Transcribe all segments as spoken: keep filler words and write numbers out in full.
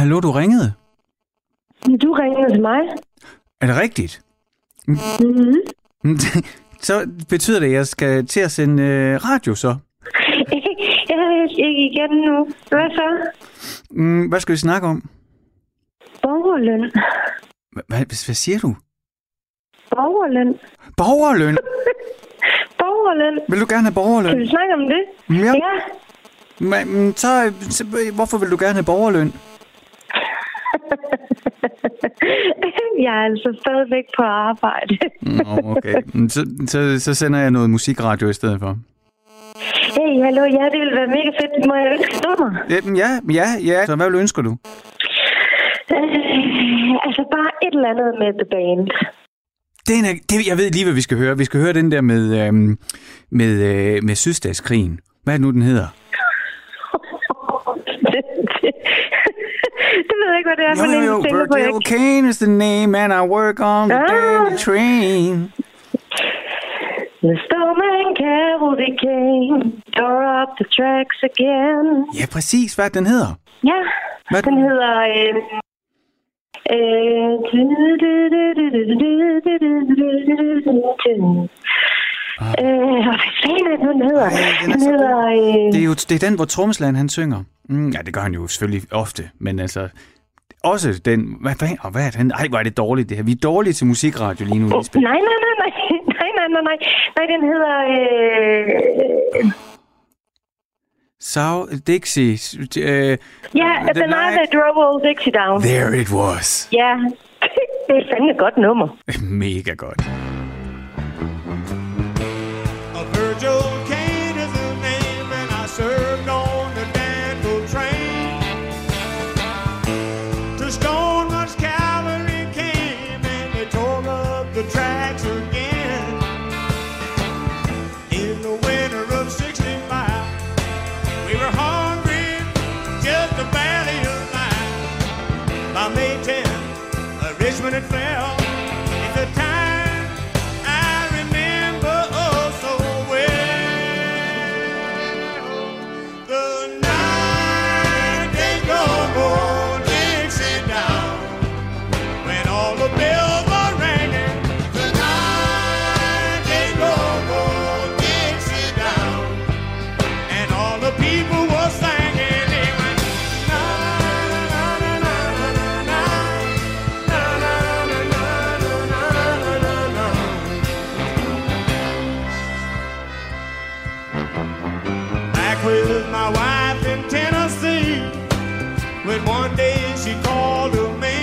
Hallo, du ringede? Du ringede til mig. Er det rigtigt? Mm-hmm. Så betyder det, at jeg skal til at sende øh, radio så? Jeg er ikke igen nu. Hvad så? Mm, hvad skal vi snakke om? Borgerløn. Hvad, hvad, hvad siger du? Borgerløn. Borgerløn? Borgerløn. Vil du gerne have borgerløn? Kan vi snakke om det? Ja. Ja. Men så, så hvorfor vil du gerne have borgerløn? Jeg er altså stadigvæk på arbejde. Nå, okay. Så, så, så sender jeg noget musikradio i stedet for. Hey, hallo, ja, det ville være mega fedt. Må jeg ønske nummer? Ja, ja, ja. Så hvad vil ønsker du? Øh, altså bare et eller andet med The Band. Den er, det, jeg ved lige, hvad vi skal høre. Vi skal høre den der med, øhm, med, øh, med Sydstatskrigen. Hvad er det nu, den hedder? det, det, det ved jeg ikke, hvad det er for en. Jo, jo, Virgil Kane is the name, and I work on the daily train. The Starman Cavalry came, tore up the tracks again. Ja, præcis. Hvad den hedder? Ja, hvad den hedder... Øh, øh, øh, hvad fanden er den hedder? Ej, den, den hedder øh... det, er jo, det er den, hvor trommeslageren han synger. Mm, ja, det gør han jo selvfølgelig ofte, men altså... Også den... Hvad, hvad, og hvad er det? Ej, hvor er det dårligt, det her. Vi er dårlige til musikradio lige nu, Lisbeth. Nej, nej, nej, nej. Nej, nej, nej, nej. Nej, den hedder... Øh... South Dixie. Uh, ja, yeah, The Night They Drove Old Dixie Down. There it was. Ja, yeah. Det er fandme et godt nummer. Mega godt. A Virgil Kane is the name, and I served on the Danville train. To Stoneman's cavalry came, and they tore up the tracks again. In the winter of sixty-five, we were hungry, just barely alive. By May tenth, Richmond had fell. It's a time I remember oh so well. The night they drove old Dixie down, when all the bells were ringing. The night they drove old Dixie down, and all the people were singing. They went na na na na na na na. Back with my wife in Tennessee, when one day she called to me,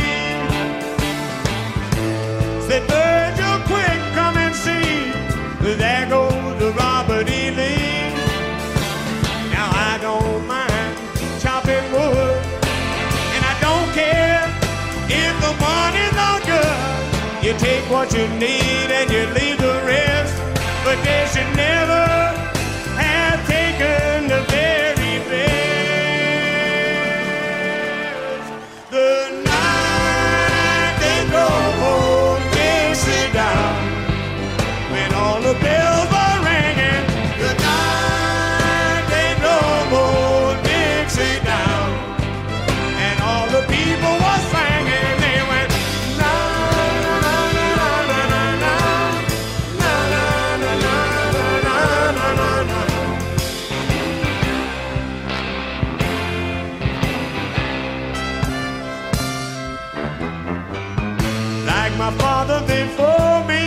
said, Virgil, quick, come and see, there goes the Robert E. Lee. Now I don't mind chopping wood, and I don't care if the money's not good. You take what you need and you leave the rest, but they should never have taken the very best. The night they drove old Dixie down, when all the bells were ringing. The night they drove old Dixie down, and all the people were singing. They went na na na na na na na na na na na na na. Like my father before me,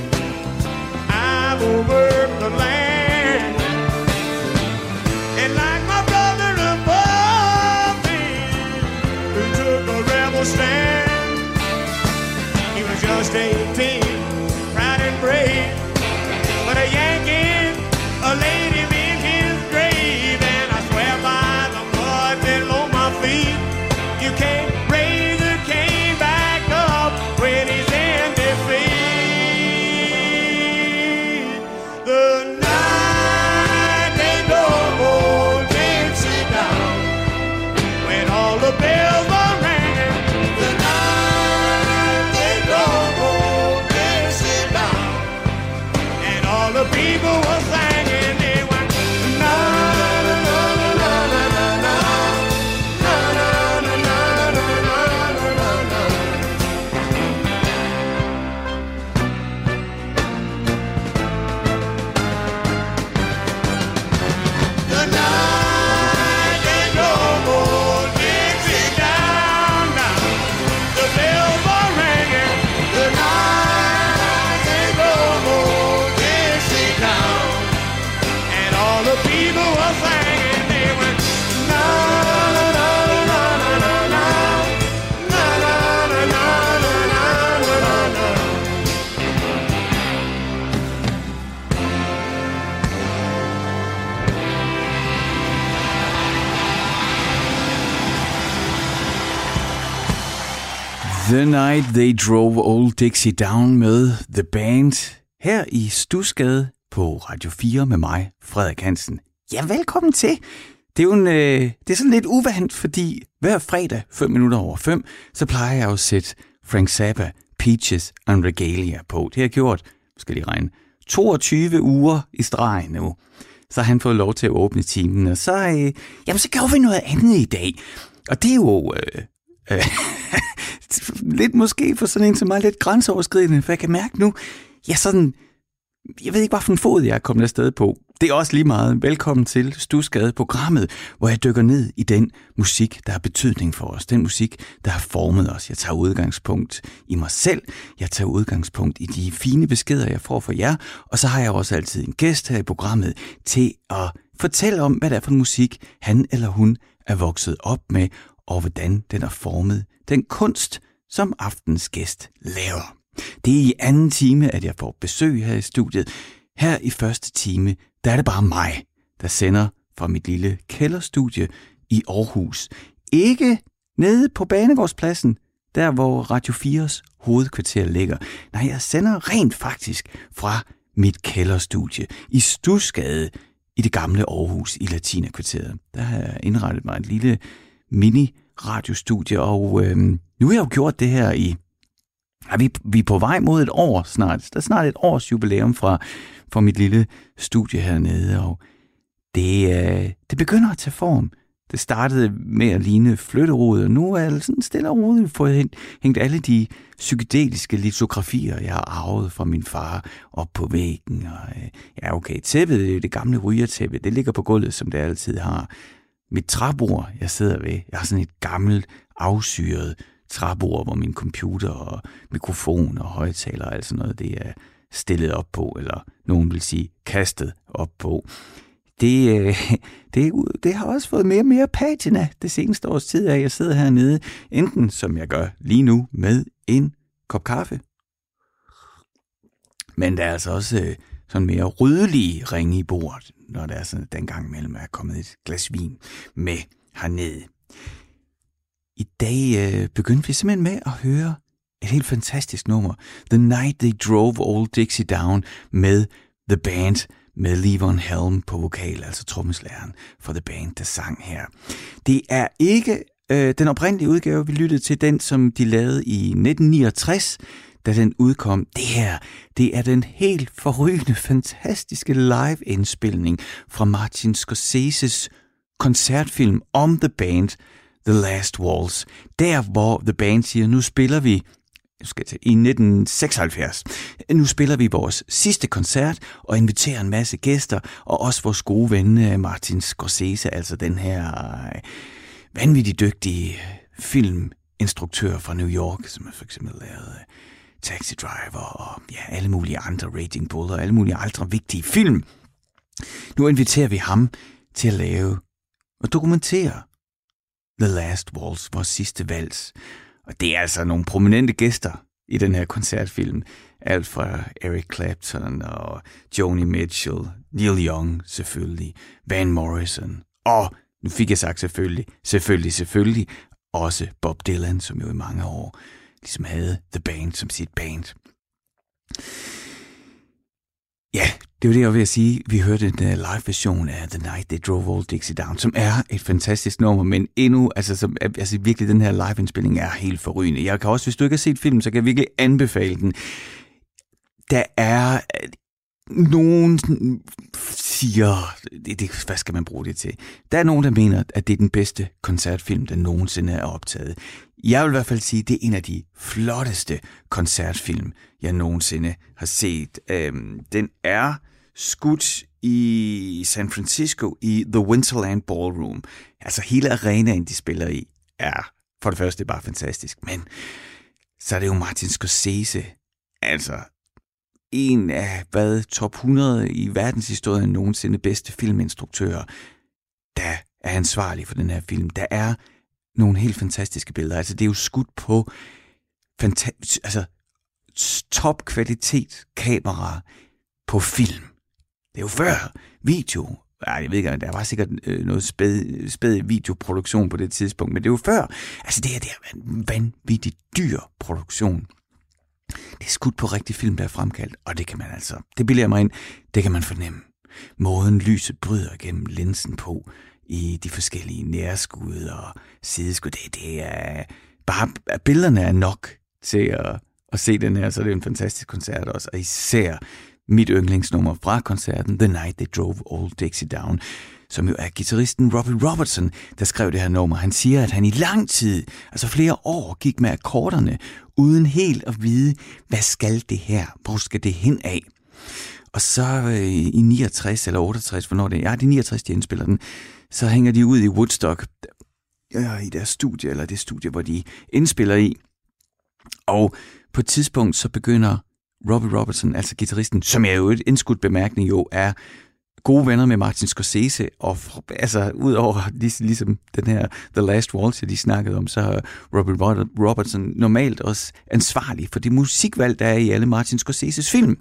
I will work the land, and like my brother above me, who took a rebel stand. He was just eighteen, proud and brave, but a Yankee, a laid him in his grave. And I swear by the mud below my feet, you can't raise a cane back up when he's in defeat. The night they drove old Dixie down, when all the bells were ringing. The night they drove old Dixie The Night They Drove Old Dixie Down med The Band her i Studsgade på Radio fire med mig, Frederik Hansen. Ja, velkommen til. Det er jo en, øh, det er sådan lidt uvant, fordi hver fredag, fem minutter over fem, så plejer jeg jo at sætte Frank Zappa, Peaches and Regalia på. Det har jeg gjort, skal lige regne, toogtyve uger i streg nu. Så har han fået lov til at åbne timen, og så, øh, jamen, så gør vi noget andet i dag. Og det er jo øh, øh, lidt måske for sådan en som mig lidt grænseoverskridende, for jeg kan mærke nu, ja sådan, jeg ved ikke, hvad for en fod jeg er kommet afsted på. Det er også lige meget. Velkommen til Studsgade, programmet, hvor jeg dykker ned i den musik, der har betydning for os. Den musik, der har formet os. Jeg tager udgangspunkt i mig selv. Jeg tager udgangspunkt i de fine beskeder, jeg får fra jer. Og så har jeg også altid en gæst her i programmet til at fortælle om, hvad det er for en musik, han eller hun er vokset op med, og hvordan den har formet den kunst, som aftens gæst laver. Det er i anden time, at jeg får besøg her i studiet. Her i første time, der er det bare mig, der sender fra mit lille kælderstudie i Aarhus. Ikke nede på Banegårdspladsen, der hvor Radio fires hovedkvarter ligger. Nej, jeg sender rent faktisk fra mit kælderstudie i Studsgade i det gamle Aarhus i Latinakvarteret. Der har jeg indrettet mig et lille mini-radiostudie, og øhm, nu har jeg jo gjort det her i... Ja, vi, vi er på vej mod et år snart. Der er snart et års jubilæum fra, fra mit lille studie hernede, og det, øh, det begynder at tage form. Det startede med at ligne flytterod, og nu er jeg sådan stille og roligt fået hængt alle de psykedeliske litografier, jeg har arvet fra min far, op på væggen. Og, øh, ja, okay, tæppet, det gamle rygertæppe, det ligger på gulvet, som det altid har. Mit træbord, jeg sidder ved, jeg har sådan et gammelt, afsyret træbord, hvor min computer og mikrofon og højttaler og alt sådan noget, det er stillet op på, eller nogen vil sige kastet op på. Det, det, det har også fået mere og mere patina det seneste års tid, at jeg sidder hernede, enten som jeg gør lige nu, med en kop kaffe. Men der er altså også sådan mere ryddelige ringe i bordet, når der er sådan, den gang imellem er kommet et glas vin med hernede. I dag øh, begyndte vi simpelthen med at høre et helt fantastisk nummer. The Night They Drove Old Dixie Down med The Band, med Levon Helm på vokal, altså trommeslageren for The Band, der sang her. Det er ikke øh, den oprindelige udgave, vi lyttede til, den som de lavede i nitten niogtres, da den udkom. Det her, det er den helt forrygende, fantastiske live-indspilning fra Martin Scorseses koncertfilm om The Band, The Last Waltz. Der, hvor The Band siger, nu spiller vi, jeg skal til, i nitten seksoghalvfjerds, nu spiller vi vores sidste koncert og inviterer en masse gæster, og også vores gode ven Martin Scorsese, altså den her vanvittigt dygtige filminstruktør fra New York, som har for eksempel lavet Taxi Driver og ja, alle mulige andre, Raging Bull og alle mulige andre vigtige film. Nu inviterer vi ham til at lave og dokumentere The Last Waltz, vores sidste vals. Og det er altså nogle prominente gæster i den her koncertfilm. Alt fra Eric Clapton og Joni Mitchell, Neil Young selvfølgelig, Van Morrison. Og nu fik jeg sagt selvfølgelig, selvfølgelig, selvfølgelig, også Bob Dylan, som jo i mange år ligesom havde The Band som sit band. Ja, det var det, jeg vil sige. Vi hørte en uh, live-version af The Night They Drove Old Dixie Down, som er et fantastisk nummer, men endnu, altså, som, altså virkelig, den her live-indspilning er helt forrygende. Jeg kan også, hvis du ikke har set filmen, så kan jeg virkelig anbefale den. Der er nogen siger, det, det, hvad skal man bruge det til? Der er nogen, der mener, at det er den bedste koncertfilm, der nogensinde er optaget. Jeg vil i hvert fald sige, at det er en af de flotteste koncertfilm, jeg nogensinde har set. Øhm, den er skudt i San Francisco i The Winterland Ballroom. Altså hele arenaen, de spiller i, er for det første bare fantastisk. Men så er det jo Martin Scorsese, altså en af, hvad, top hundrede i verdenshistorien nogensinde bedste filminstruktører, der er ansvarlig for den her film. Der er nogle helt fantastiske billeder. Altså, det er jo skudt på fanta- altså, topkvalitet kamera på film. Det er jo før video jeg ved ikke, der var sikkert øh, noget spæd, spæd videoproduktion på det tidspunkt, men det var før. Altså det her, det er en vanvittig dyr produktion. Det er skudt på rigtig film, der er fremkaldt, og det kan man altså, det bilder mig ind, det kan man fornemme. Måden lyset bryder gennem linsen på, i de forskellige nærskud og sideskud, det, det er bare, billederne er nok til at, at se den her, så det er en fantastisk koncert også, og især mit yndlingsnummer fra koncerten, The Night They Drove Old Dixie Down, som jo er guitaristen Robbie Robertson, der skrev det her nummer. Han siger, at han i lang tid, altså flere år, gik med akkorderne, uden helt at vide, hvad skal det her, hvor skal det hen af? Og så øh, i niogtres eller otteogtres, hvornår det er, ja, det er niogtres, de indspiller den, så hænger de ud i Woodstock, ja, i deres studie, eller det studie, hvor de indspiller i. Og på et tidspunkt, så begynder Robbie Robertson, altså guitaristen, som jeg jo et indskudt bemærkning jo er gode venner med Martin Scorsese, og altså udover ligesom den her The Last Waltz, de snakkede om, så er Robbie Robertson normalt også ansvarlig for det musikvalg, der er i alle Martin Scorseses film.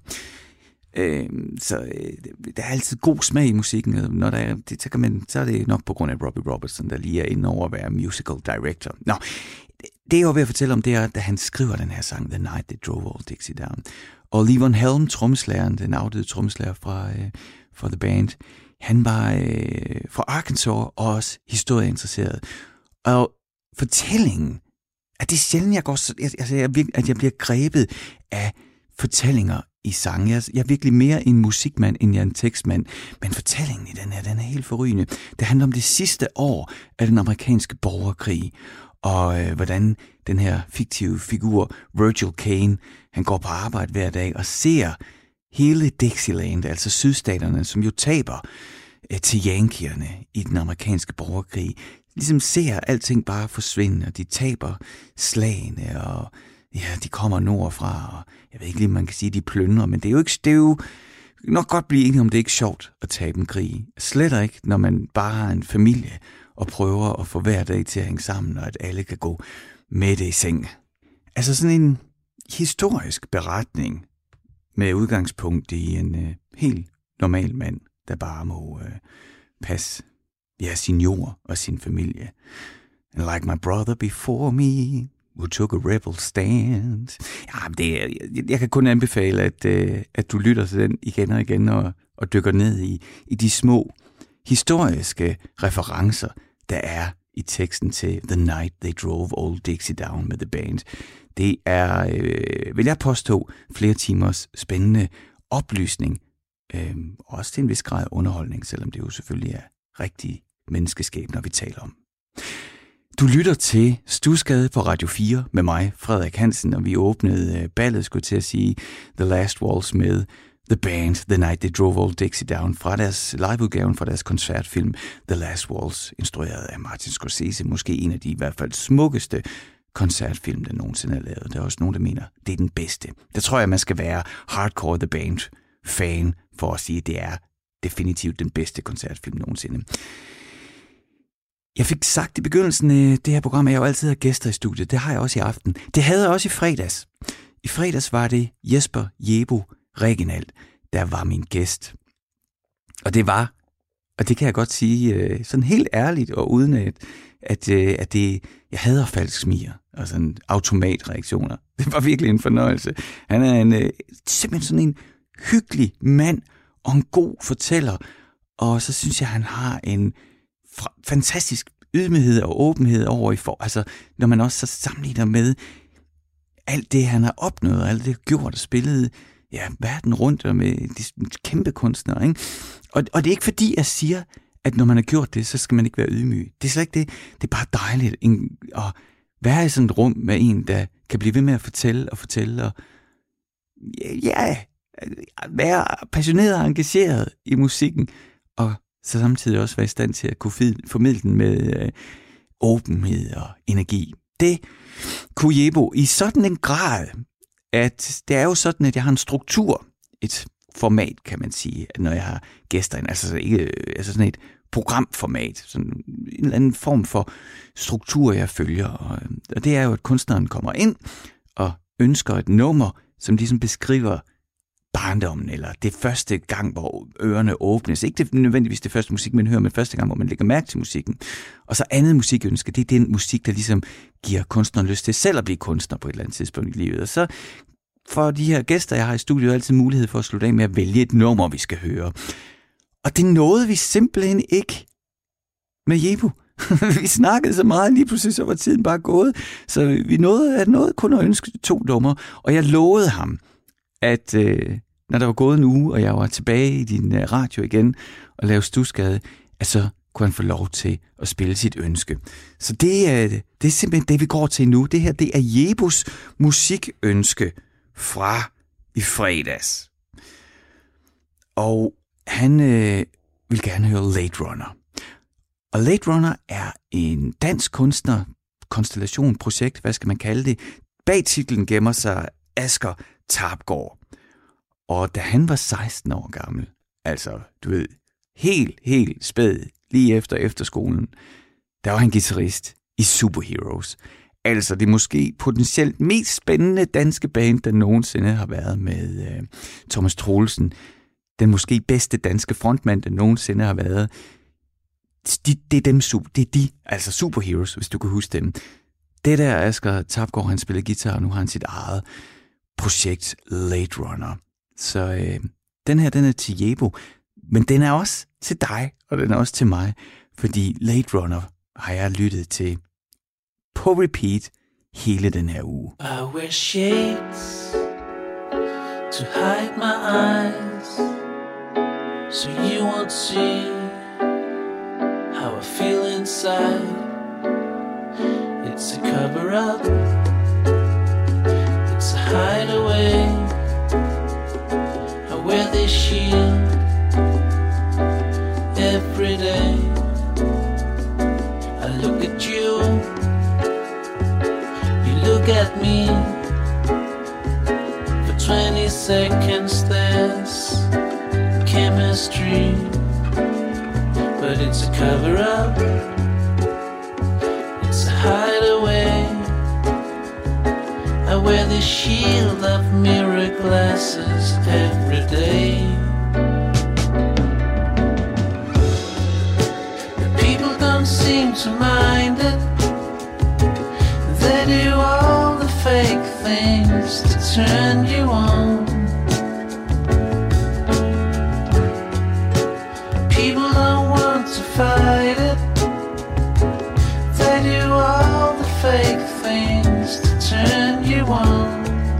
Øh, så øh, der er altid god smag i musikken, og når der er, det, så, kan man, så er det nok på grund af Robbie Robertson, der lige er inde over at være musical director. Nå, det jeg var ved at fortælle om, det er, da han skriver den her sang, The Night They Drove Old Dixie Down. Og Levon Helm, trommeslageren, den afdøde trommeslager fra, øh, fra The Band, han var øh, fra Arkansas og også historieinteresseret. Og fortællingen, at det er sjældent, jeg går, altså, jeg, at jeg bliver grebet af fortællinger i sang. Jeg, jeg er virkelig mere en musikmand, end jeg er en tekstmand. Men fortællingen i den her, den er helt forrygende. Det handler om det sidste år af den amerikanske borgerkrig, og øh, hvordan den her fiktive figur, Virgil Caine, han går på arbejde hver dag og ser hele Dixieland, altså sydstaterne, som jo taber øh, til yankierne i den amerikanske borgerkrig. Ligesom ser alting bare forsvinde, og de taber slagene, og ja, de kommer nordfra, og jeg ved ikke lige, man kan sige, de plyndrer, men det er jo ikke, det er jo nok godt blive enige om, det er ikke sjovt at tabe en krig. Slet ikke, når man bare har en familie, og prøver at få hver dag til at hænge sammen, og at alle kan gå med det i seng. Altså sådan en historisk beretning med udgangspunkt i en øh, helt normal mand, der bare må øh, passe ja, sin jord og sin familie. And like my brother before me, who took a rebel stand. Ja, det er, jeg, jeg kan kun anbefale, at, øh, at du lytter til den igen og igen, og, og dykker ned i, i de små historiske referencer, der er i teksten til The Night They Drove Old Dixie Down med The Band. Det er, øh, vil jeg påstå, flere timers spændende oplysning, øh, også til en vis grad underholdning, selvom det jo selvfølgelig er rigtig menneskeskæbner, vi taler om. Du lytter til Stusgade på Radio fire med mig, Frederik Hansen, og vi åbnede ballet, skulle til at sige, The Last Waltz med The Band, The Night They Drove Old Dixie Down, fra deres liveudgaven fra deres koncertfilm The Last Waltz, instrueret af Martin Scorsese, måske en af de i hvert fald smukkeste koncertfilm, der nogensinde er lavet. Der er også nogen, der mener, det er den bedste. Der tror jeg, man skal være hardcore The Band-fan for at sige, at det er definitivt den bedste koncertfilm nogensinde. Jeg fik sagt i begyndelsen af det her program, at jeg jo altid har gæster i studiet. Det har jeg også i aften. Det havde jeg også i fredags. I fredags var det Jesper Jebo Reginald, der var min gæst. Og det var, og det kan jeg godt sige sådan helt ærligt og uden at, at, at det, jeg hader falsk smiger og sådan automatreaktioner. Det var virkelig en fornøjelse. Han er en, simpelthen sådan en hyggelig mand og en god fortæller. Og så synes jeg, han har en fantastisk ydmyghed og åbenhed over i for, altså når man også så sammenligner med alt det, han har opnået, og alt det, han har gjort og spillet, ja, verden rundt og med de kæmpe kunstnere, ikke? Og, og det er ikke fordi, jeg siger, at når man har gjort det, så skal man ikke være ydmyg. Det er slet ikke det. Det er bare dejligt en, at være i sådan et rum med en, der kan blive ved med at fortælle og fortælle, og ja, være passioneret og engageret i musikken, og så samtidig også være i stand til at kunne formidle den med øh, åbenhed og energi. Det kunne Jebo i sådan en grad, at det er jo sådan, at jeg har en struktur, et format, kan man sige, når jeg har gæster ind. Altså, ikke, altså sådan et programformat, sådan en eller anden form for struktur, jeg følger. Og, og det er jo, at kunstneren kommer ind og ønsker et nummer, som ligesom beskriver barndommen, eller det første gang, hvor ørerne åbnes. Ikke det, nødvendigvis det første musik, man hører, men første gang, hvor man lægger mærke til musikken. Og så andet musikønske, det er den musik, der ligesom giver kunstneren lyst til selv at blive kunstner på et eller andet tidspunkt i livet. Og så for de her gæster, jeg har i studiet, altid mulighed for at slutte af med at vælge et nummer, vi skal høre. Og det nåede vi simpelthen ikke med Jebu. Vi snakkede så meget, lige pludselig så var tiden bare gået. Så vi nåede, at nåede kun at ønske to numre. Og jeg lovede ham, at øh, når der var gået en uge, og jeg var tilbage i din øh, radio igen og lave Studsgade, at så kunne han få lov til at spille sit ønske. Så det, øh, det er simpelthen det, vi går til nu. Det her, det er Jebus musikønske fra i fredags. Og han øh, vil gerne høre Late Runner. Og Late Runner er en dansk kunstner, konstellation, projekt, hvad skal man kalde det. Bag titlen gemmer sig Asger Tarpgaard. Og da han var seksten år gammel, altså du ved, helt, helt spæd, lige efter efterskolen, der var han guitarist i Superheroes. Altså det måske potentielt mest spændende danske band, der nogensinde har været med øh, Thomas Troelsen. Den måske bedste danske frontmand, der nogensinde har været. De, det er dem, det er de, altså Superheroes, hvis du kan huske dem. Det der Asger Tarpgaard, han spiller guitar, og nu har han sit eget projekt Late Runner. Så øh, den her, den er til Jebu, men den er også til dig, og den er også til mig, fordi Late Runner har jeg lyttet til på repeat hele den her uge. I wear shades to hide my eyes, so you won't see how I feel inside. It's a cover-up, it's a hideaway. I wear this shield every day. I look at you, you look at me. For twenty seconds there's chemistry, but it's a cover-up, it's a hideaway. I wear this shield of mirror glasses every day. The people don't seem to mind it. They do all the fake things to turn you on. People don't want to fight it. They do all the fake things to turn you on.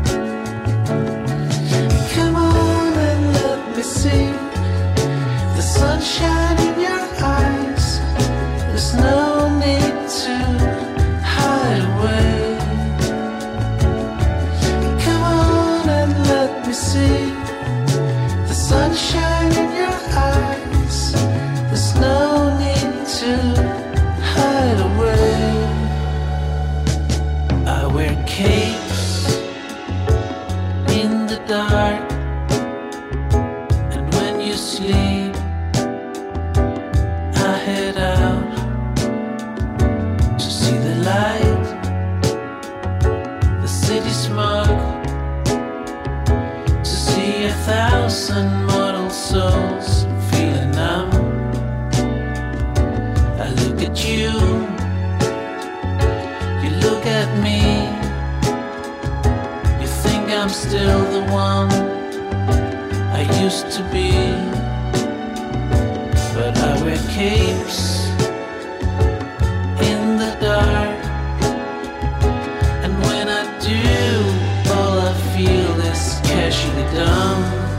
Come on and let me see the sunshine in your eyes. There's no need to hide away. Come on and let me see the sunshine in your eyes. There's no need to hide away. I wear capes in the dark, and when you sleep I head out to see the light, the city smoke, to see a thousand mortal souls feeling numb. I look at you, you look at me. You think I'm still the one I used to be, but I wear capes in the dark, and when I do, all I feel is casually dumb.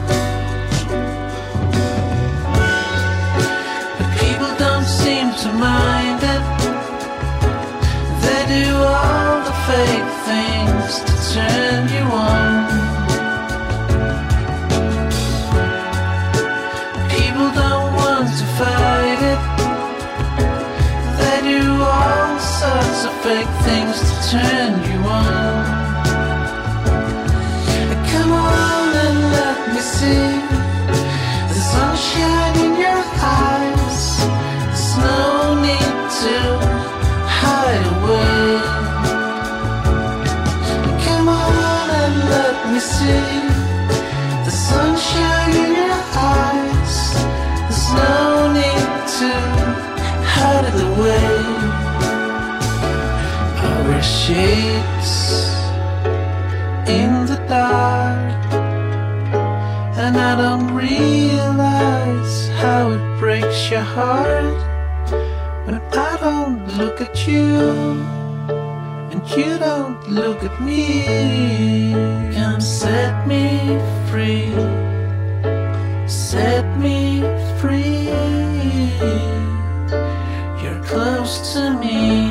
But people don't seem to mind it. They do all the fake things to turn you on. People don't want to fight it. They do all sorts of fake things to turn you on. Come on and let me see the sunshine in your eyes. There's no need to hide away. Come on and let me see the sunshine in your eyes. There's no need to hide it away. I wear shades in the dark, and I don't realize how it breaks your heart when I don't look at you and you don't look at me. Come set me free, set me free. You're close to me.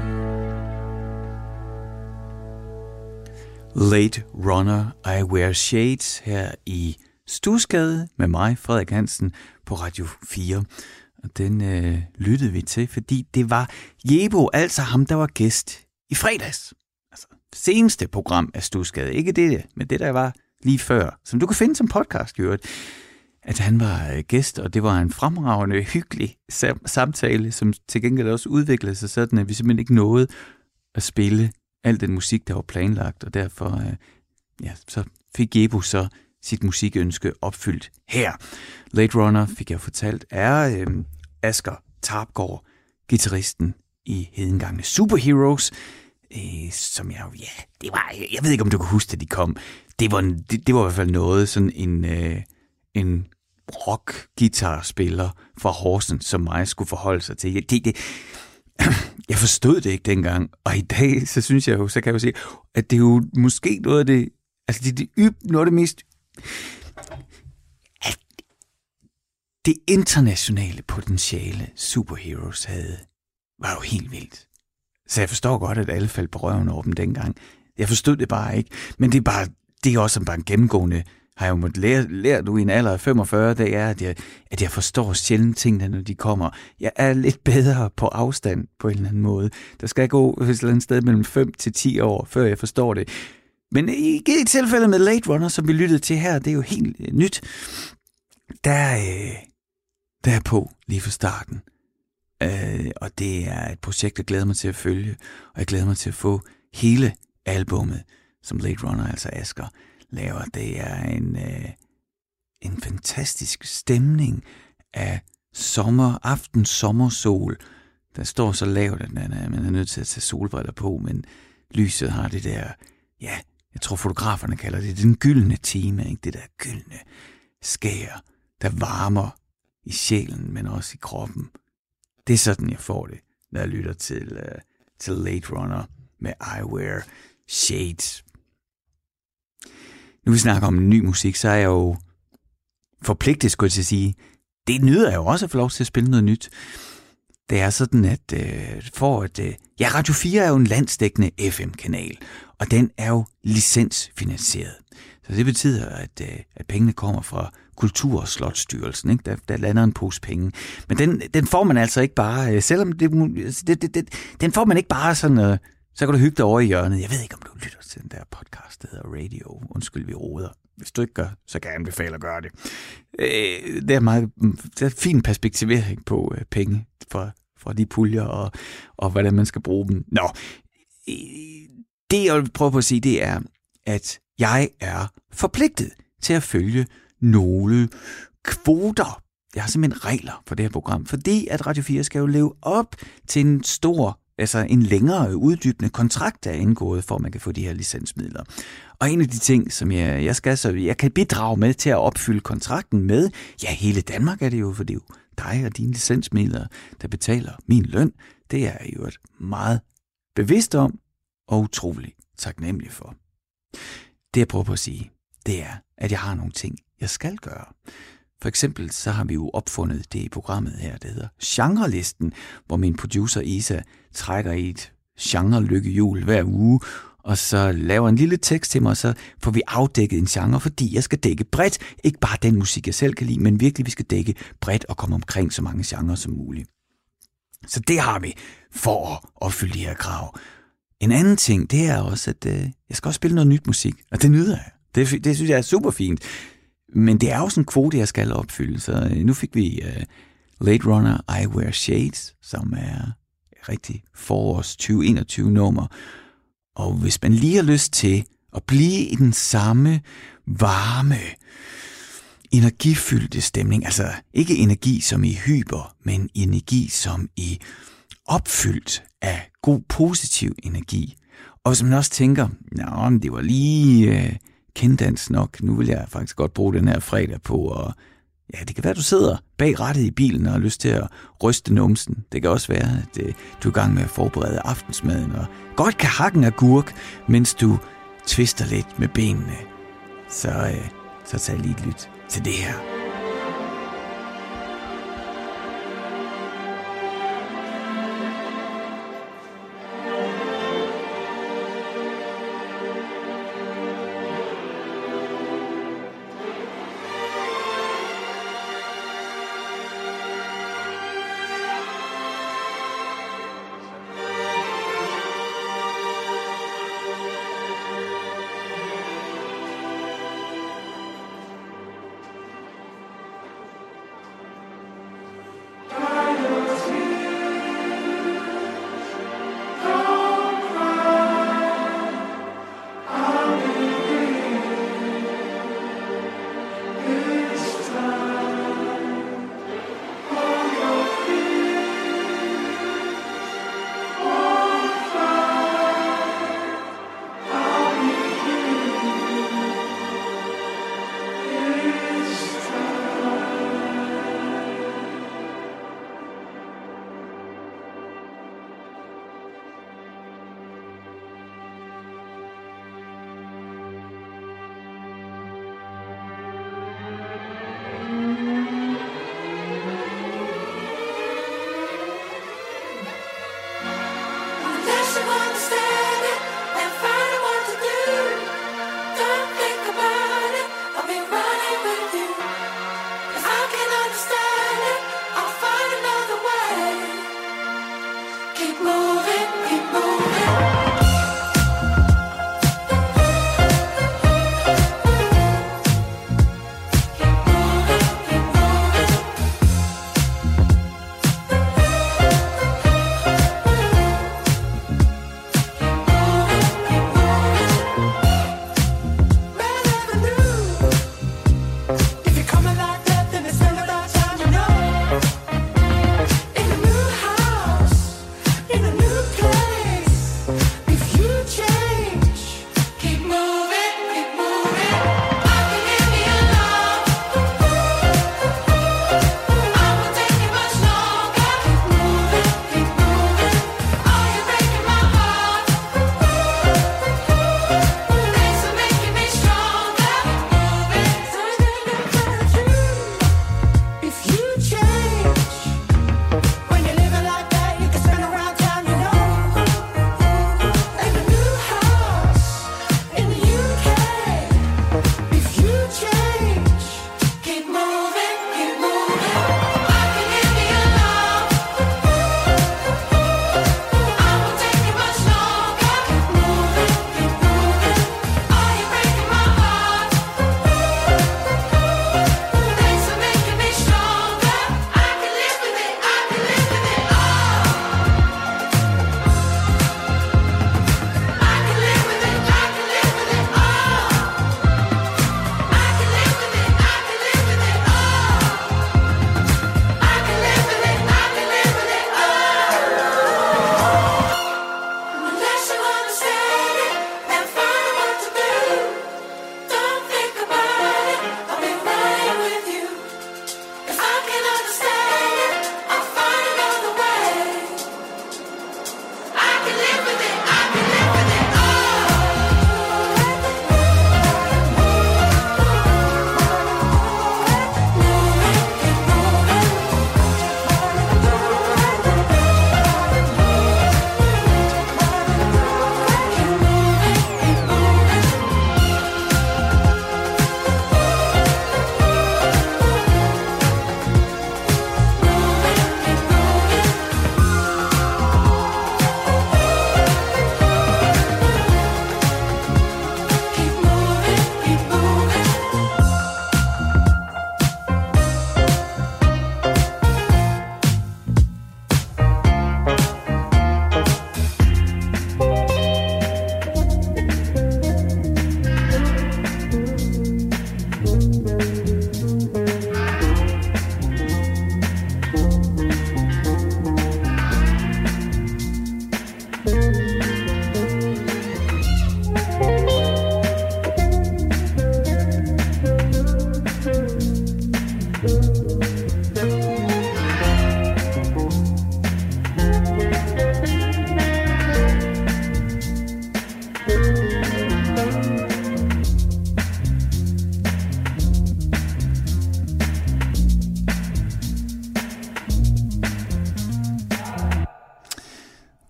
Late Runner, I Wear Shades her i Studsgade med mig, Frederik Hansen, på Radio fire. Og den øh, lyttede vi til, fordi det var Jebo, altså ham, der var gæst i fredags. Altså seneste program af Studsgade. Ikke det, men det der var lige før, som du kan finde som podcast, gjort. At han var øh, gæst, og det var en fremragende, hyggelig sam- samtale, som til gengæld også udviklede sig sådan, at vi simpelthen ikke nåede at spille al den musik, der var planlagt, og derfor øh, ja, så fik Jebo så sit musikønske opfyldt her. Late Runner, fik jeg fortalt, er øh, Asger Tarpgaard, guitaristen i Hedengangne Superheroes, øh, som jeg ja, det var, jeg ved ikke, om du kan huske, at de kom. Det var, en, det, det var i hvert fald noget, sådan en, øh, en rock-guitarspiller fra Horsens, som mig skulle forholde sig til. Det, det, jeg forstod det ikke dengang, og i dag, så synes jeg jo, så kan jeg jo sige, at det er jo måske noget af det, altså det, det yb, noget af det mest, at det internationale potentiale Superheroes havde, var jo helt vildt. Så jeg forstår godt, at alle faldt på røven over dem dengang. Jeg forstod det bare ikke, men det er bare, det er også bare en gennemgående, har jeg jo måttet lære, lære du i en alder af femogfyrre, det er, at jeg, at jeg forstår sjældent tingene, når de kommer. Jeg er lidt bedre på afstand på en eller anden måde. Der skal gå et eller andet sted mellem fem til ti år, før jeg forstår det. Men i et tilfælde med Late Runner, som vi lyttede til her, det er jo helt øh, nyt. Der, øh, der er på lige fra starten. Øh, og det er et projekt, jeg glæder mig til at følge, og jeg glæder mig til at få hele albummet, som Late Runner, altså Asger, laver. Det er en, øh, en fantastisk stemning af sommer, aften, sommersol. Der står så lavt, at man er, man er nødt til at tage solbriller på, men lyset har det der, ja, jeg tror fotograferne kalder det den gyldne time, ikke? Det der gyldne skær, der varmer i sjælen, men også i kroppen. Det er sådan, jeg får det, når jeg lytter til, uh, til Late Runner med I Wear Shades. Nu vi snakker om ny musik, så er jeg jo forpligtet, skulle jeg til at sige, det nyder jeg jo også at få lov til at spille noget nyt. Det er sådan, at øh, for at, øh, ja, Radio fire er jo en landsdækkende F M-kanal, og den er jo licensfinansieret. Så det betyder, at, øh, at pengene kommer fra Kultur- og Slotsstyrelsen, ikke? Der, der lander en pose penge. Men den, den får man altså ikke bare, øh, selvom det, det, det, det, den får man ikke bare sådan, øh, så kan du hygge dig over i hjørnet. Jeg ved ikke, om du lytter til den der podcast, der hedder Radio. Undskyld, vi roder. Hvis du ikke gør, så kan jeg anbefale at gøre det. Øh, det er meget det er fin perspektivering på øh, penge fra, fra de puljer, og, og hvordan man skal bruge dem. Nå, øh, det jeg vil prøve på at sige, det er, at jeg er forpligtet til at følge nogle kvoter. Jeg har simpelthen regler for det her program, fordi at Radio fire skal jo leve op til en stor, altså en længere uddybende kontrakt, der er indgået, for at man kan få de her licensmidler. Og en af de ting, som jeg, jeg skal, så jeg kan bidrage med til at opfylde kontrakten med, ja, hele Danmark er det jo, for det er jo dig og dine licensmidler, der betaler min løn. Det er jeg jo et meget bevidst om og utrolig taknemmelig for. Det jeg prøver på at sige, det er, at jeg har nogle ting, jeg skal gøre. For eksempel så har vi jo opfundet det i programmet her, det hedder Genrelisten, hvor min producer Isa trækker i et genre-lykkehjul hver uge, og så laver en lille tekst til mig, og så får vi afdækket en genre, fordi jeg skal dække bredt. Ikke bare den musik, jeg selv kan lide, men virkelig, vi skal dække bredt og komme omkring så mange genrer som muligt. Så det har vi for at opfylde de her krav. En anden ting, det er også, at øh, jeg skal også spille noget nyt musik, og det nyder jeg. Det, det synes jeg er super fint. Men det er også en kvote, jeg skal opfylde. Så nu fik vi uh, Late Runner, I Wear Shades, som er rigtig forårs tyve enogtyve nummer. Og hvis man lige har lyst til og blive i den samme varme, energifyldte stemning. Altså ikke energi som i hyper, men energi som i opfyldt af god, positiv energi. Og hvis man også tænker, nå, det var lige øh, kenddans nok, nu vil jeg faktisk godt bruge den her fredag på, og ja, det kan være, at du sidder bag rattet i bilen og har lyst til at ryste numsen. Det kan også være, at øh, du er i gang med at forberede aftensmaden, og godt kan hakke en agurk, mens du twister lidt med benene. Så, øh, så tag lige et lyt til det her.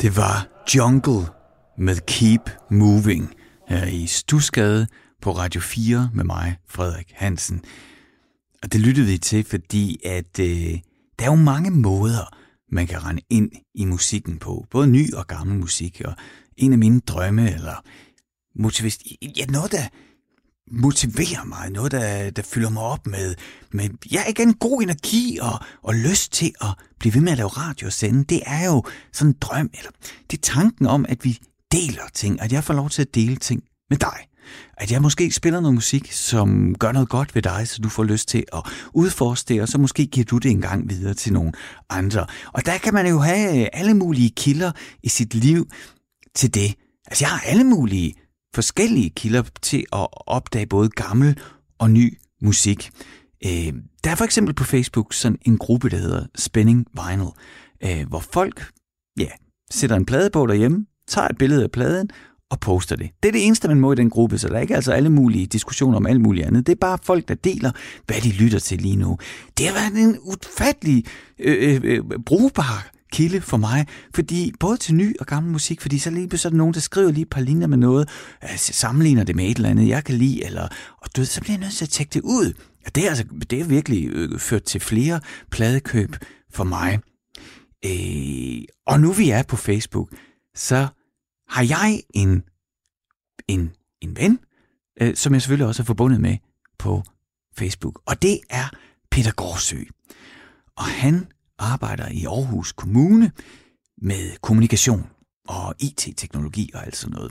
Det var Jungle med Keep Moving her i Stusgade på Radio fire med mig, Frederik Hansen. Og det lyttede vi til, fordi at øh, der er jo mange måder, man kan rende ind i musikken på. Både ny og gammel musik. Og en af mine drømme, eller motivist, ja, noget, der motiverer mig, noget, der, der fylder mig op med, med ja, igen, god energi og, og lyst til at blive ved med at lave radio og sende, det er jo sådan en drøm, eller det er tanken om, at vi deler ting, at jeg får lov til at dele ting med dig. At jeg måske spiller noget musik, som gør noget godt ved dig, så du får lyst til at udforske det, og så måske giver du det en gang videre til nogle andre. Og der kan man jo have alle mulige kilder i sit liv til det. Altså jeg har alle mulige forskellige kilder til at opdage både gammel og ny musik. Øh, der er for eksempel på Facebook sådan en gruppe, der hedder Spinning Vinyl, øh, hvor folk ja, sætter en plade på derhjemme, tager et billede af pladen og poster det. Det er det eneste, man må i den gruppe, så der er ikke altså alle mulige diskussioner om alt muligt andet. Det er bare folk, der deler, hvad de lytter til lige nu. Det har været en ufattelig øh, øh, brugbar kilde for mig, fordi både til ny og gammel musik, fordi så lige så er der nogen, der skriver lige et par linjer med noget, altså, sammenligner det med et eller andet, jeg kan lide, eller, og du ved, så bliver jeg nødt til at tjekke det ud. Og det er, altså, det er virkelig øh, ført til flere pladekøb for mig. Øh, og nu vi er på Facebook, så har jeg en, en, en ven, øh, som jeg selvfølgelig også er forbundet med på Facebook, og det er Peter Gårdsø. Og han arbejder i Aarhus Kommune med kommunikation og I T-teknologi og alt sådan noget.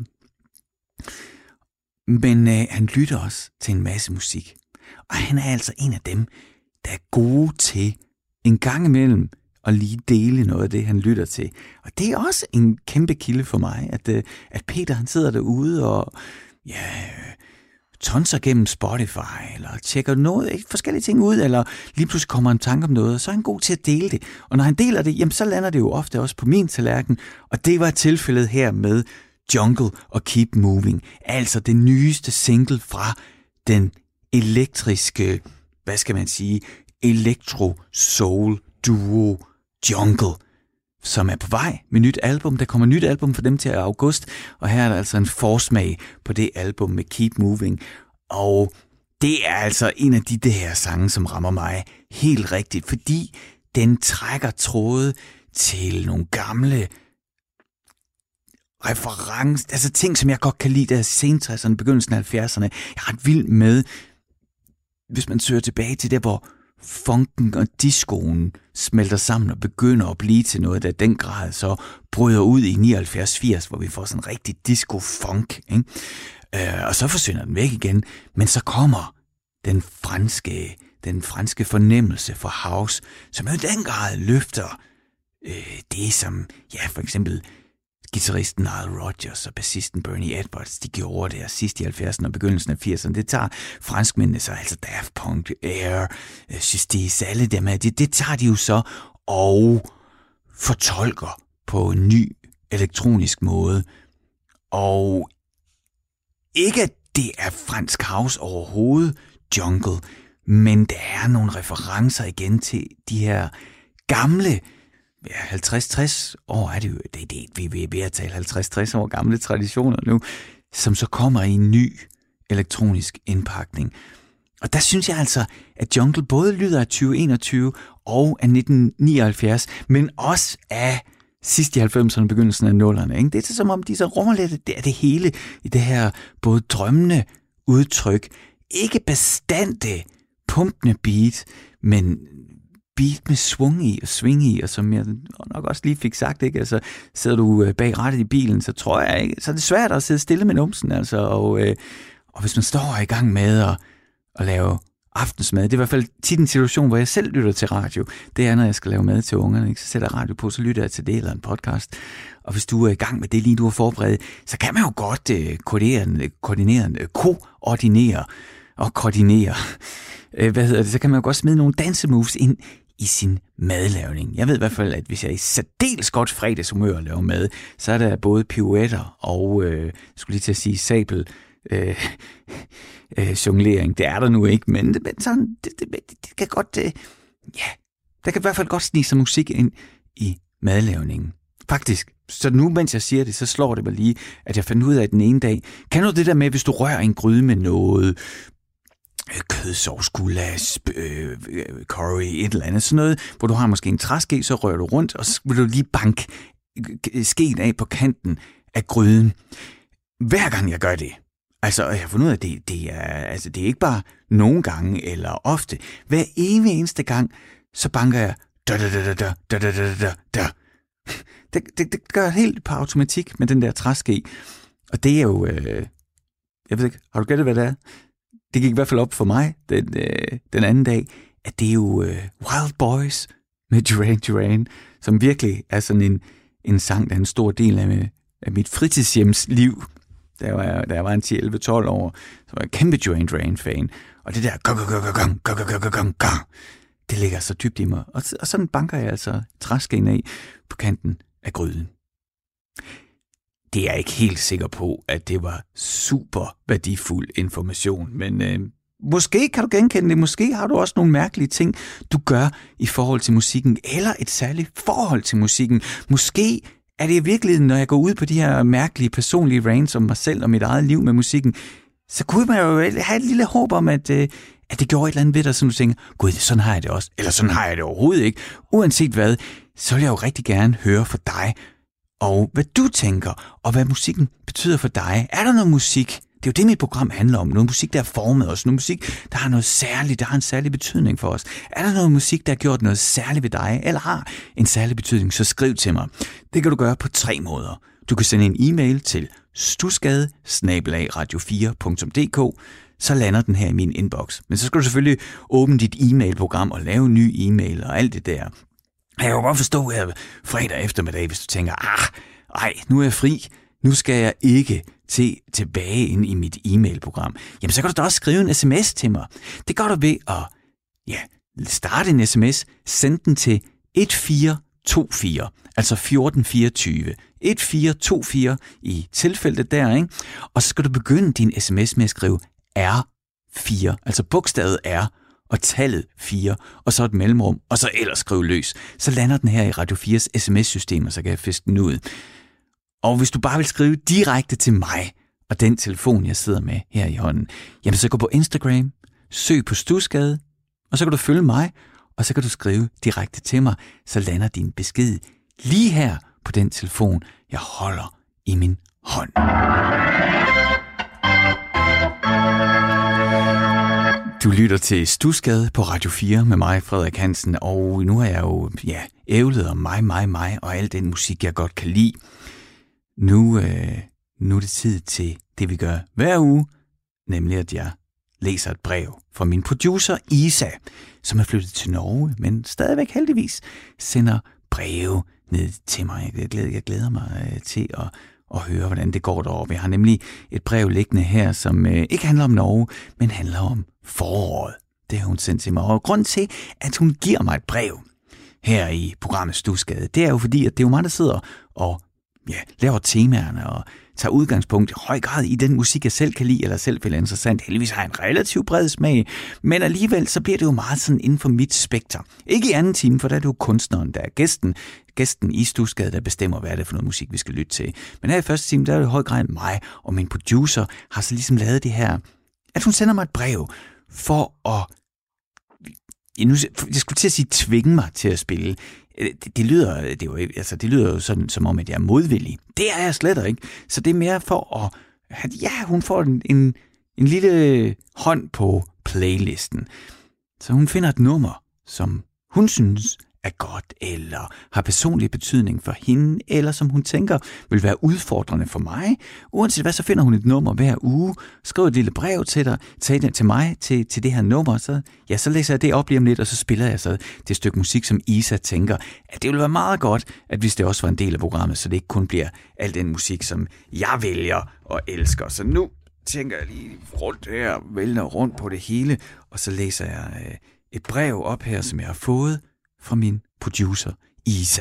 Men øh, han lytter også til en masse musik. Og han er altså en af dem, der er gode til en gang imellem at lige dele noget af det, han lytter til. Og det er også en kæmpe kilde for mig, at, øh, at Peter han sidder derude og ja, tonser gennem Spotify, eller tjekker noget, ikke, forskellige ting ud, eller lige pludselig kommer en tanke om noget, så er han god til at dele det. Og når han deler det, jamen så lander det jo ofte også på min tallerken, og det var tilfældet her med Jungle og Keep Moving, altså det nyeste single fra den elektriske, hvad skal man sige, elektro-soul-duo Jungle, som er på vej med nyt album. Der kommer nyt album for dem til august, og her er der altså en forsmag på det album med Keep Moving. Og det er altså en af de der sange, som rammer mig helt rigtigt, fordi den trækker tråde til nogle gamle referencer, altså ting, som jeg godt kan lide, der er sentresserne, begyndelsen af halvfjerdserne. Jeg er ret vild med, hvis man søger tilbage til det, hvor funken og discoen smelter sammen og begynder at blive til noget, der den grad så bryder ud i nioghalvfjerds firs, hvor vi får sådan en rigtig disco-funk, ikke? Øh, og så forsvinder den væk igen, men så kommer den franske, den franske fornemmelse for house, som jo i den grad løfter øh, det, som ja, for eksempel guitaristen Nile Rodgers og bassisten Bernie Edwards, de gjorde det sidst i halvfjerdserne og begyndelsen af firserne. Det tager franskmændene så, altså Daft Punk, Air, Justice, alle dem her, det, det tager de jo så og fortolker på en ny elektronisk måde. Og ikke at det er fransk house overhovedet, Jungle, men der er nogle referencer igen til de her gamle, ja, halvtreds tres år er det jo, det, det, vi er ved at tale halvtreds tres år gamle traditioner nu, som så kommer i en ny elektronisk indpakning. Og der synes jeg altså, at Jungle både lyder af tyve enogtyve og af nitten nioghalvfjerds, men også af sidst i halvfemserne og begyndelsen af nullerne. Ikke? Det er som om, de så rummer lidt det, det hele i det her både drømmende udtryk, ikke bestandte, pumpende beat, men beat med swung i og swing i, og som jeg nok også lige fik sagt, ikke? Altså, sidder du bag rattet i bilen, så tror jeg ikke, så er det svært at sidde stille med numsen, altså, og, øh, og hvis man står i gang med at, at lave aftensmad, det er i hvert fald tit en situation, hvor jeg selv lytter til radio, det er, når jeg skal lave mad til ungerne, ikke? Så sætter jeg radio på, så lytter jeg til det, eller en podcast, og hvis du er i gang med det lige, du har forberedt, så kan man jo godt øh, koordinere, koordinere, koordinere og koordinere, øh, hvad hedder det, så kan man jo godt smide nogle dansemoves ind i sin madlavning. Jeg ved i hvert fald, at hvis jeg er i særdeles godt fredagshumør at lave mad, så er der både pirouetter og, øh, skulle lige til at sige, sabel øh, øh, jonglering. Det er der nu ikke, men, men sådan, det, det, det kan godt, øh, ja, der kan i hvert fald godt snige sig musik ind i madlavningen. Faktisk, så nu, mens jeg siger det, så slår det mig lige, at jeg fandt ud af, at den ene dag, kan du det der med, hvis du rører en gryde med noget, kødsovs, gulas, øh, curry, et eller andet, sådan noget, hvor du har måske en træske, så rører du rundt, og så vil du lige banke skeen af på kanten af gryden. Hver gang jeg gør det, altså, jeg har fundet ud af, at det, det, er, altså, det er ikke bare nogle gange eller ofte. Hver evig eneste gang, så banker jeg da da da da da da da da da. Det, det, det gør helt på automatik med den der træske. Og det er jo, øh, jeg ved ikke, har du gættet, hvad det er? Det gik i hvert fald op for mig den, øh, den anden dag, at det er jo øh, Wild Boys med Duran Duran, som virkelig er sådan en, en sang, der er en stor del af, af mit fritidshjemsliv. Da jeg var, da jeg var en ti elleve tolv år, så var jeg kæmpe Duran Duran-fan. Og det der gong, gong, gong, gong, gong, gong, gong, gong, det ligger så dybt i mig. Og, og sådan banker jeg altså træskeen af på kanten af gryden. Det er jeg ikke helt sikker på, at det var super værdifuld information, men øh, måske kan du genkende det. Måske har du også nogle mærkelige ting, du gør i forhold til musikken, eller et særligt forhold til musikken. Måske er det i virkeligheden, når jeg går ud på de her mærkelige personlige rants om mig selv og mit eget liv med musikken, så kunne man jo have et lille håb om, at, øh, at det gjorde et eller andet ved dig, som du tænker, gud, sådan har jeg det også, eller sådan har jeg det overhovedet ikke. Uanset hvad, så vil jeg jo rigtig gerne høre fra dig, og hvad du tænker, og hvad musikken betyder for dig. Er der noget musik? Det er jo det, mit program handler om. Noget musik, der har formet os. Noget musik, der har noget særligt, der har en særlig betydning for os. Er der noget musik, der har gjort noget særligt ved dig, eller har en særlig betydning, så skriv til mig. Det kan du gøre på tre måder. Du kan sende en e-mail til stusgade snabel-a radio fire punktum d k, så lander den her i min inbox. Men så skal du selvfølgelig åbne dit e-mailprogram og lave en ny e-mail og alt det der. Jeg kan jo godt forstå her fredag eftermiddag, hvis du tænker, ah, ej, nu er jeg fri, nu skal jeg ikke til, tilbage ind i mit e-mailprogram. Jamen, så kan du da også skrive en sms til mig. Det gør du ved at ja, starte en sms, send den til et fire to fire, altså fjorten fireogtyve. et fire to fire i tilfældet der, ikke? Og så skal du begynde din sms med at skrive R fire, altså bogstavet R, og tallet fire, og så et mellemrum, og så ellers skrive løs. Så lander den her i Radio fires sms-system, og så kan jeg fiske den ud. Og hvis du bare vil skrive direkte til mig, og den telefon, jeg sidder med her i hånden, jamen så gå på Instagram, søg på Stusgade, og så kan du følge mig, og så kan du skrive direkte til mig, så lander din besked lige her på den telefon, jeg holder i min hånd. Du lytter til Stusgade på Radio fire med mig, Frederik Hansen, og nu har jeg jo ja, ævlet om mig, mig, mig og al den musik, jeg godt kan lide. Nu, øh, nu er det tid til det, vi gør hver uge, nemlig at jeg læser et brev fra min producer Isa, som er flyttet til Norge, men stadigvæk heldigvis sender breve ned til mig. Jeg glæder, jeg glæder mig øh, til at, at høre, hvordan det går derovre. Jeg har nemlig et brev liggende her, som øh, ikke handler om Norge, men handler om foråret. Det har hun sendt til mig. Og grund til, at hun giver mig et brev her i programmet Stusgade, det er jo fordi, at det er jo mig, der sidder og ja, laver temaerne og tager udgangspunkt i høj grad i den musik, jeg selv kan lide, eller selv finder interessant. Heldigvis har jeg en relativt bred smag, men alligevel så bliver det jo meget sådan inden for mit spekter. Ikke i anden time, for der er det jo kunstneren, der er gæsten, gæsten i Stusgade, der bestemmer, hvad er det for noget musik, vi skal lytte til. Men her i første time, der er det i høj grad mig, og min producer har så ligesom lavet det her, at hun sender mig et brev for at, jeg skulle til at sige, tvinge mig til at spille. Det, det, lyder, det, er jo, altså, det lyder jo sådan, som om, at jeg er modvillig. Det er jeg slet ikke. Så det er mere for at, ja, hun får en, en, en lille hånd på playlisten. Så hun finder et nummer, som hun synes er godt, eller har personlig betydning for hende, eller som hun tænker vil være udfordrende for mig. Uanset hvad, så finder hun et nummer hver uge, skriver et lille brev til dig, tager det til mig, til, til det her nummer, så, ja, så læser jeg det op lige om lidt, og så spiller jeg så det stykke musik, som Isa tænker, at det ville være meget godt, at hvis det også var en del af programmet, så det ikke kun bliver al den musik, som jeg vælger og elsker. Så nu tænker jeg lige rundt her, vælger rundt på det hele, og så læser jeg øh, et brev op her, som jeg har fået fra min producer Isa.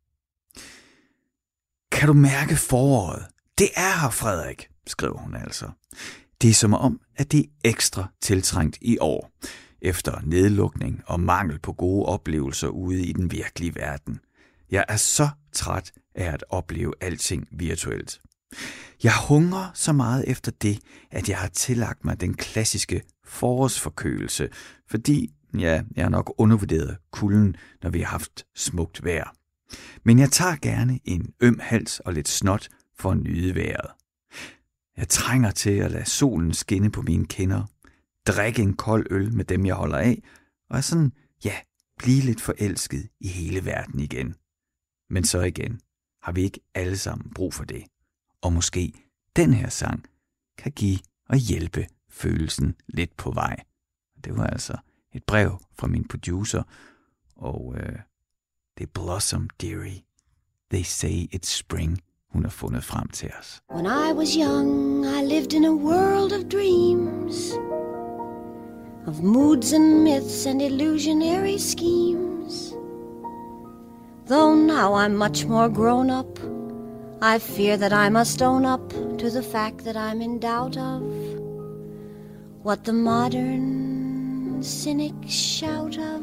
Kan du mærke foråret? Det er her, Frederik, skriver hun altså. Det er som om, at det er ekstra tiltrængt i år, efter nedlukning og mangel på gode oplevelser ude i den virkelige verden. Jeg er så træt af at opleve alting virtuelt. Jeg hungrer så meget efter det, at jeg har tillagt mig den klassiske forårsforkølelse, fordi ja, jeg har nok undervurderet kulden, når vi har haft smukt vejr. Men jeg tager gerne en øm hals og lidt snot for at nyde vejret. Jeg trænger til at lade solen skinne på mine kinder, drikke en kold øl med dem, jeg holder af, og sådan, ja, blive lidt forelsket i hele verden igen. Men så igen, har vi ikke alle sammen brug for det. Og måske den her sang kan give og hjælpe følelsen lidt på vej. Det var altså et brev fra min producer, og øh, det er Blossom Dearie. They say it's spring, hun har fundet frem til os. When I was young, I lived in a world of dreams, of moods and myths and illusionary schemes. Though now I'm much more grown up, I fear that I must own up to the fact that I'm in doubt of what the modern cynics shout of.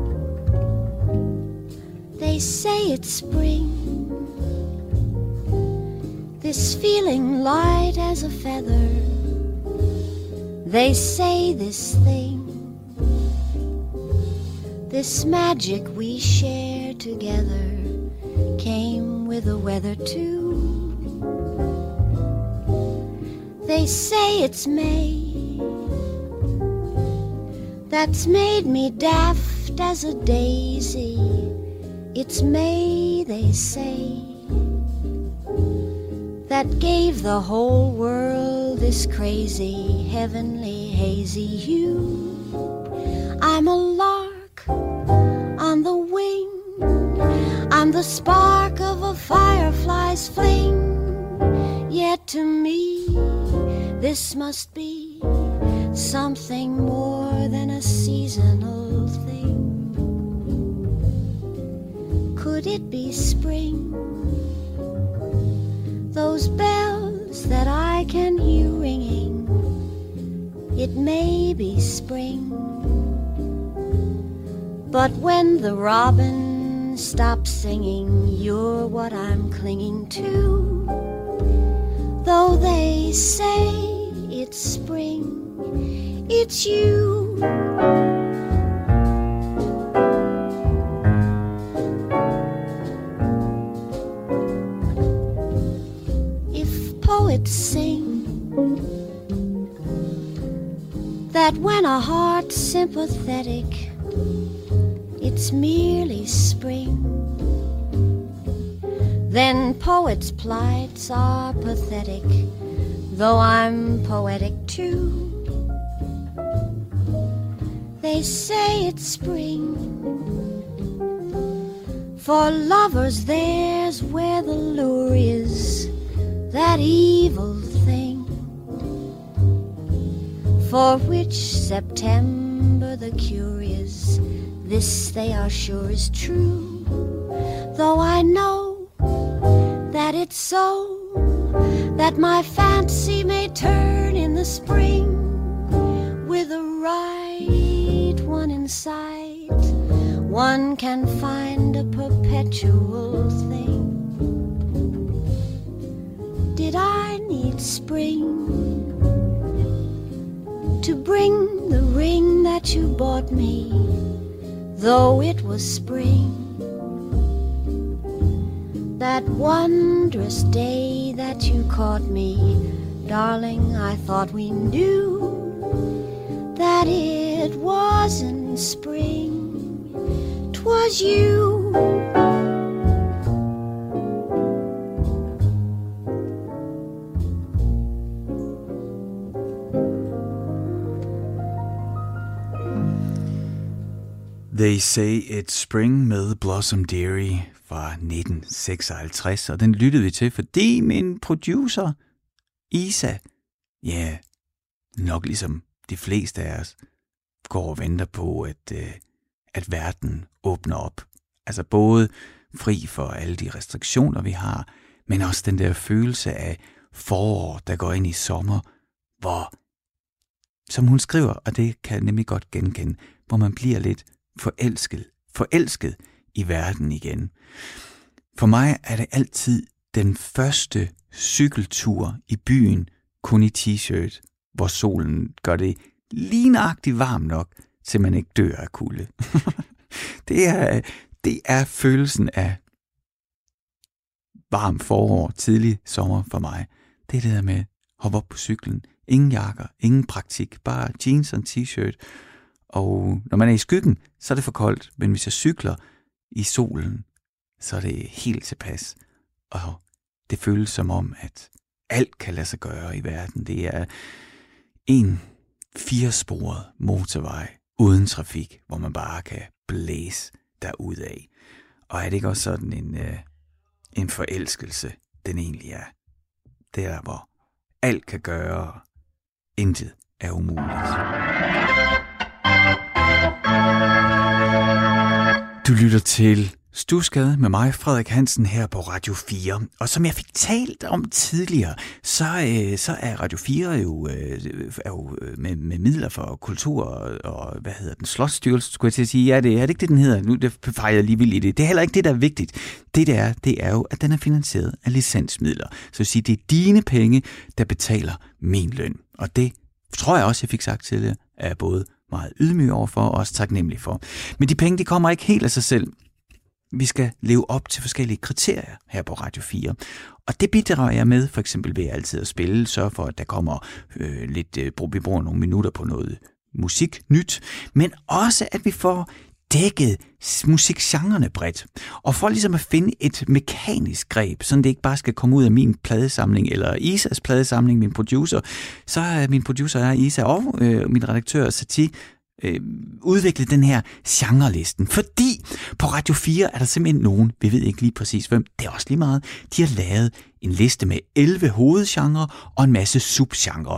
They say it's spring, this feeling light as a feather. They say this thing, this magic we share together, came with the weather too. They say it's May, that's made me daft as a daisy. It's May, they say, that gave the whole world this crazy, heavenly, hazy hue. I'm a lark on the wing, I'm the spark of a firefly's fling. Yet to me, this must be something more than a seasonal thing. Could it be spring? Those bells that I can hear ringing, it may be spring. But when the robin stops singing, you're what I'm clinging to. Though they say it's spring, it's you. If poets sing that when a heart's sympathetic, it's merely spring, then poets' plights are pathetic, though I'm poetic too. They say it's spring, for lovers there's where the lure is, that evil thing, for which September the cure is. This they are sure is true, though I know that it's so, that my fancy may turn in the spring, with the right one in sight, one can find a perpetual thing. Did I need spring to bring the ring that you bought me, though it was spring? That wondrous day that you caught me, darling, I thought we knew that it wasn't spring, 'twas you. They Say It's Spring med Blossom Dearie fra nitten seksoghalvtreds, og den lyttede vi til, fordi min producer, Isa, ja, yeah, nok ligesom de fleste af os, går og venter på, at, øh, at verden åbner op. Altså både fri for alle de restriktioner, vi har, men også den der følelse af forår, der går ind i sommer, hvor, som hun skriver, og det kan jeg nemlig godt genkende, hvor man bliver lidt forelsket, forelsket i verden igen. For mig er det altid den første cykeltur i byen, kun i t-shirt, hvor solen gør det lige nøjagtigt varmt nok, til man ikke dør af kulde. det, er, det er følelsen af varm forår, tidlig sommer for mig. Det er det der med at hoppe op på cyklen. Ingen jakker, ingen praktik, bare jeans og en t-shirt. Og når man er i skyggen, så er det for koldt. Men hvis jeg cykler i solen, så er det helt tilpas. Og det føles som om, at alt kan lade sig gøre i verden. Det er en firesporet motorvej uden trafik, hvor man bare kan blæse derudad. Og er det ikke også sådan en, øh, en forelskelse, den egentlig er? Det er, hvor alt kan gøre, og intet er umuligt. Du lytter til Stusgade med mig, Frederik Hansen, her på Radio fire. Og som jeg fik talt om tidligere, så, øh, så er Radio fire jo, øh, er jo med, med midler for kultur og, og hvad hedder den, Slotsstyrelse, skulle jeg til at sige. Ja, det er det ikke det, den hedder. Nu det fejrer jeg lige vildt i det. Det er heller ikke det, der er vigtigt. Det, der er, det er jo, at den er finansieret af licensmidler. Så at sige, det er dine penge, der betaler min løn. Og det tror jeg også, jeg fik sagt tidligere, er både meget ydmyg overfor og også taknemmelig for. Men de penge, de kommer ikke helt af sig selv. Vi skal leve op til forskellige kriterier her på Radio fire. Og det bidrager jeg med, for eksempel ved altid at spille, sørge for, at der kommer øh, lidt, øh, vi bruger nogle minutter på noget musik nyt, men også, at vi får dækket musikgenrerne bredt. Og for ligesom at finde et mekanisk greb, så det ikke bare skal komme ud af min pladesamling, eller Isas pladesamling, min producer, så er min producer er Isa, og øh, min redaktør Sati, Øh, udvikle den her genrelisten, fordi på Radio fire er der simpelthen nogen, vi ved ikke lige præcis hvem, det er også lige meget, de har lavet en liste med elleve hovedgenre og en masse subgenre.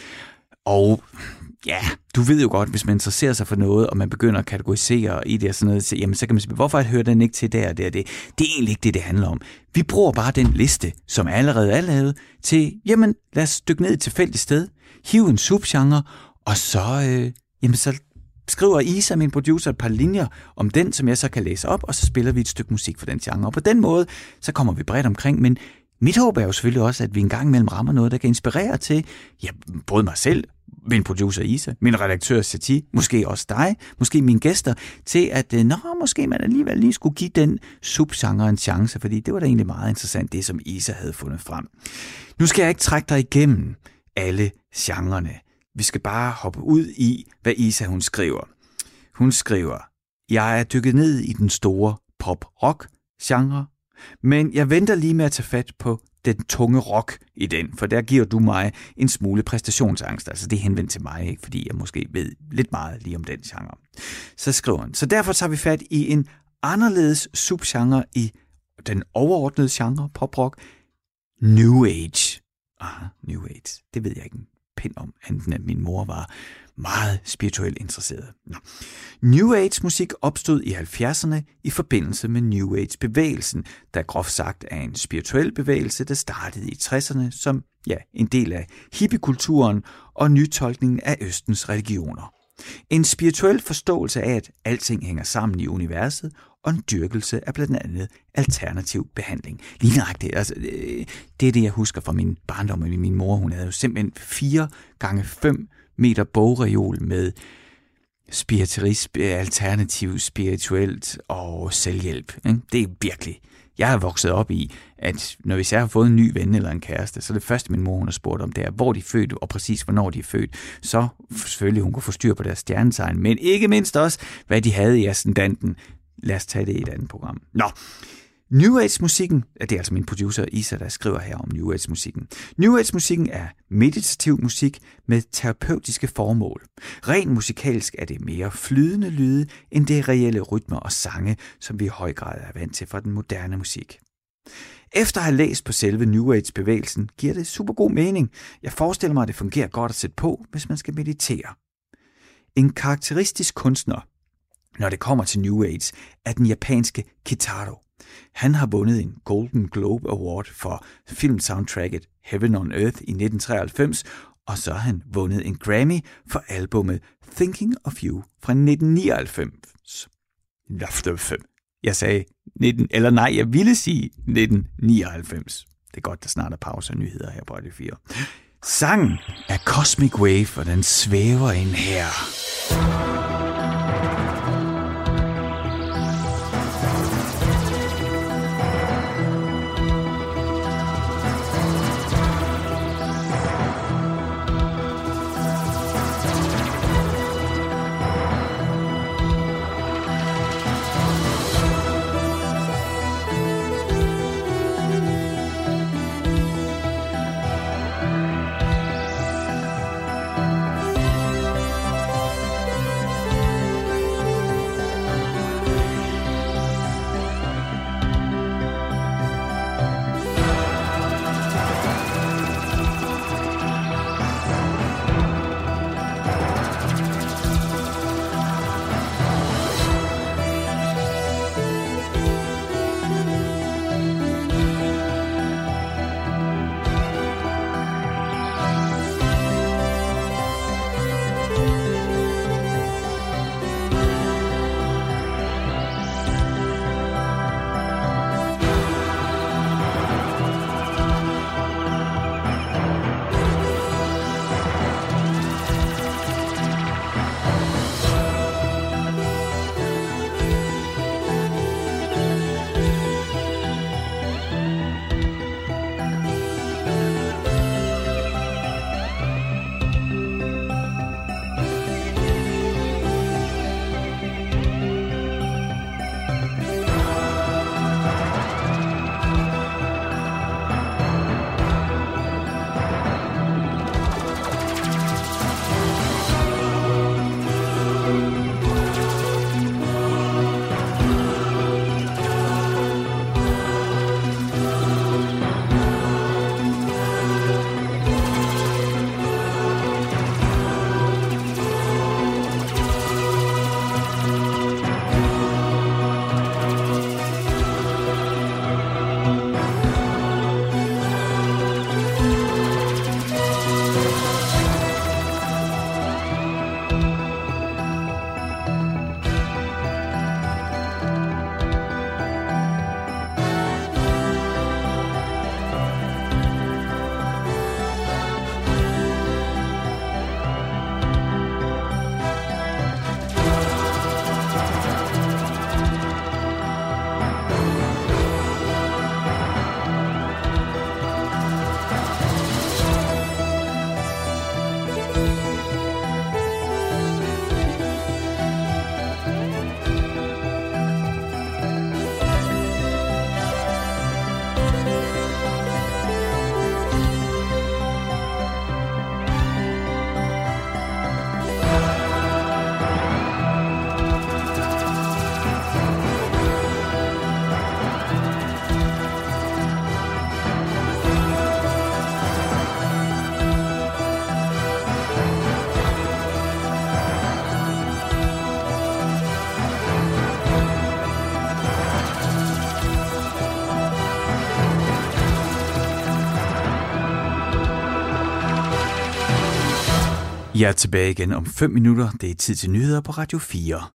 Og ja, du ved jo godt, hvis man interesserer sig for noget, og man begynder at kategorisere i det og sådan noget, så, jamen, så kan man sige, hvorfor hører den ikke til der og der og det? Det er egentlig ikke det, det handler om. Vi bruger bare den liste, som allerede er lavet, til, jamen, lad os dykke ned i et tilfældigt sted, hive en subgenre, og så, øh, jamen, så skriver Isa, min producer, et par linjer om den, som jeg så kan læse op, og så spiller vi et stykke musik for den genre. Og på den måde, så kommer vi bredt omkring, men mit håb er jo selvfølgelig også, at vi en gang imellem rammer noget, der kan inspirere til, ja, både mig selv, min producer Isa, min redaktør Sati, måske også dig, måske mine gæster, til at, nå, måske man alligevel lige skulle give den subgenre en chance, fordi det var da egentlig meget interessant, det som Isa havde fundet frem. Nu skal jeg ikke trække dig igennem alle genrerne. Vi skal bare hoppe ud i, hvad Isa hun skriver. Hun skriver, jeg er dykket ned i den store pop-rock-genre, men jeg venter lige med at tage fat på den tunge rock i den, for der giver du mig en smule præstationsangst. Altså det er henvendt til mig, ikke? Fordi jeg måske ved lidt meget lige om den genre. Så skriver hun, så derfor tager vi fat i en anderledes subgenre i den overordnede genre, pop-rock, New Age. Aha, New Age, det ved jeg ikke pind om, enten at min mor var meget spirituelt interesseret. Nå. New Age musik opstod i halvfjerdserne i forbindelse med New Age-bevægelsen, der groft sagt er en spirituel bevægelse, der startede i tresserne som ja, en del af hippiekulturen og nytolkningen af Østens religioner. En spirituel forståelse af, at alting hænger sammen i universet, og en dyrkelse af blandt andet alternativ behandling. Lige nøjagtigt, altså, det er det, jeg husker fra min barndom med min mor. Hun havde jo simpelthen fire gange fem meter bogreol med spiritualisme, alternativ, spirituelt og selvhjælp. Det er virkelig. Jeg har vokset op i, at når hvis jeg har fået en ny ven eller en kæreste, så det første, min mor hun har spurgt om, det er, hvor de er født, og præcis hvornår de er født. Så selvfølgelig, hun kunne få styr på deres stjernetegn, men ikke mindst også, hvad de havde i ascendanten. Lad os tage det i et andet program. Nå, New Age-musikken, det er altså min producer Isa, der skriver her om New Age-musikken. New Age-musikken er meditativ musik med terapeutiske formål. Rent musikalsk er det mere flydende lyde, end det reelle rytmer og sange, som vi i høj grad er vant til fra den moderne musik. Efter at have læst på selve New Age-bevægelsen, giver det super god mening. Jeg forestiller mig, at det fungerer godt at sætte på, hvis man skal meditere. En karakteristisk kunstner, når det kommer til New Age, er den japanske Kitaro. Han har vundet en Golden Globe Award for filmsoundtracket Heaven on Earth i nitten treoghalvfems, og så har han vundet en Grammy for albumet Thinking of You fra nitten nioghalvfems. Jeg sagde nitten, eller nej, jeg ville sige nitten nioghalvfems. Det er godt, der snart er pause og nyheder her på Radio fire. Sangen er Cosmic Wave, og den svæver ind her. Jeg er tilbage igen om fem minutter. Det er tid til nyheder på Radio fire.